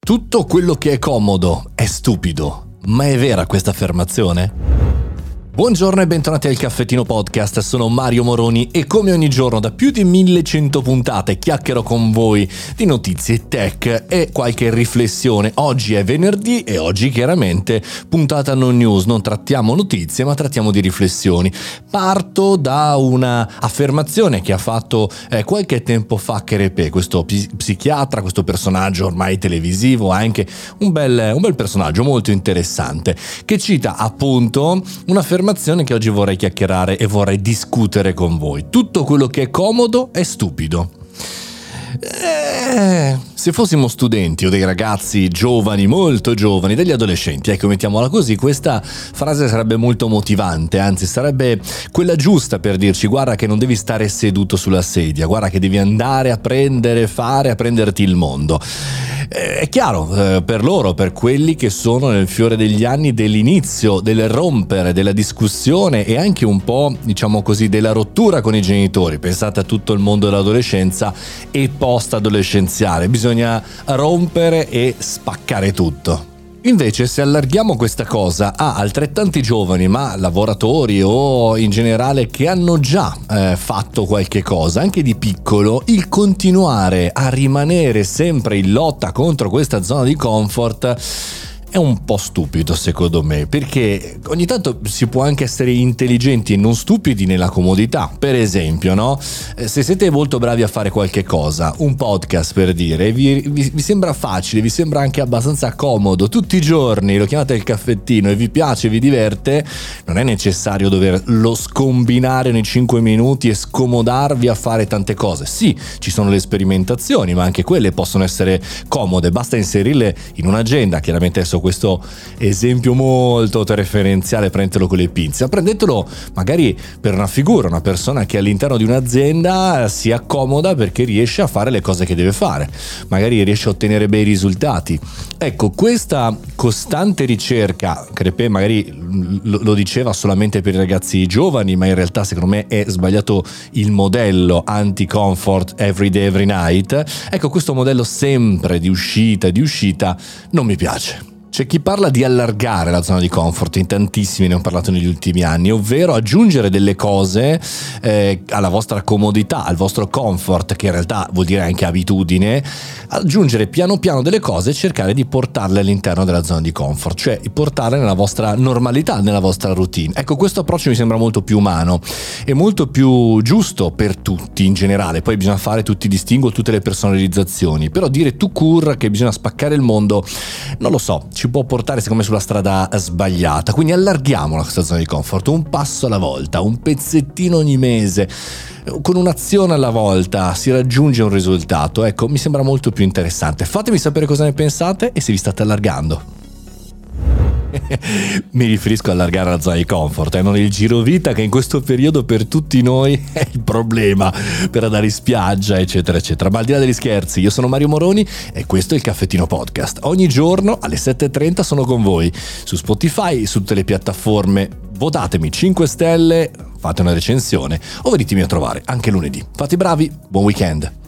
Tutto quello che è comodo è stupido, ma è vera questa affermazione? Buongiorno e bentornati al Caffettino Podcast, sono Mario Moroni e come ogni giorno da più di 1100 puntate chiacchiero con voi di notizie tech e qualche riflessione. Oggi è venerdì e oggi chiaramente puntata non news, non trattiamo notizie ma trattiamo di riflessioni. Parto da una affermazione che ha fatto qualche tempo fa Cherepe, questo psichiatra, questo personaggio ormai televisivo, anche un bel personaggio molto interessante, che cita appunto un'affermazione che oggi vorrei chiacchierare e vorrei discutere con voi. Tutto quello che è comodo è stupido. Se fossimo studenti o dei ragazzi giovani, molto giovani, degli adolescenti, ecco, mettiamola così, questa frase sarebbe molto motivante, anzi sarebbe quella giusta per dirci: guarda che non devi stare seduto sulla sedia, guarda che devi andare a prendere, fare, a prenderti il mondo. È chiaro, per loro, per quelli che sono nel fiore degli anni dell'inizio, del rompere, della discussione e anche un po', diciamo così, della rottura con i genitori. Pensate a tutto il mondo dell'adolescenza e post-adolescenziale, bisogna rompere e spaccare tutto. Invece, se allarghiamo questa cosa a altrettanti giovani, ma lavoratori o in generale che hanno già fatto qualche cosa, anche di piccolo, il continuare a rimanere sempre in lotta contro questa zona di comfort è un po' stupido secondo me, perché ogni tanto si può anche essere intelligenti e non stupidi nella comodità. Per esempio, no? Se siete molto bravi a fare qualche cosa, un podcast per dire, vi sembra facile, vi sembra anche abbastanza comodo, tutti i giorni lo chiamate il caffettino e vi piace, vi diverte, non è necessario doverlo scombinare nei 5 minuti e scomodarvi a fare tante cose. Sì, ci sono le sperimentazioni, ma anche quelle possono essere comode, basta inserirle in un'agenda. Chiaramente adesso questo esempio molto autoreferenziale, prendetelo con le pinze, prendetelo magari per una figura, una persona che all'interno di un'azienda si accomoda perché riesce a fare le cose che deve fare, magari riesce a ottenere bei risultati. Ecco, questa costante ricerca, Crepè magari lo diceva solamente per i ragazzi giovani, ma in realtà secondo me è sbagliato il modello anti-comfort every day, every night. Ecco, questo modello sempre di uscita non mi piace. C'è chi parla di allargare la zona di comfort, in tantissimi ne ho parlato negli ultimi anni, ovvero aggiungere delle cose alla vostra comodità, al vostro comfort, che in realtà vuol dire anche abitudine, aggiungere piano piano delle cose e cercare di portarle all'interno della zona di comfort, cioè portarle nella vostra normalità, nella vostra routine. Ecco, questo approccio mi sembra molto più umano e molto più giusto per tutti in generale. Poi bisogna fare tutti i distinguo, tutte le personalizzazioni, però dire tout court che bisogna spaccare il mondo, non lo so, ci può portare secondo me sulla strada sbagliata. Quindi allarghiamola questa zona di comfort, un passo alla volta, un pezzettino ogni mese, con un'azione alla volta si raggiunge un risultato. Ecco, mi sembra molto più interessante. Fatemi sapere cosa ne pensate e se vi state allargando. Mi riferisco a allargare la zona di comfort, non il girovita che in questo periodo per tutti noi è il problema per andare in spiaggia, eccetera eccetera. Ma al di là degli scherzi, io sono Mario Moroni e questo è il Caffettino Podcast. Ogni giorno alle 7:30 sono con voi su Spotify, su tutte le piattaforme. Votatemi 5 stelle, fate una recensione o venitemi a trovare anche lunedì. Fate i bravi, buon weekend.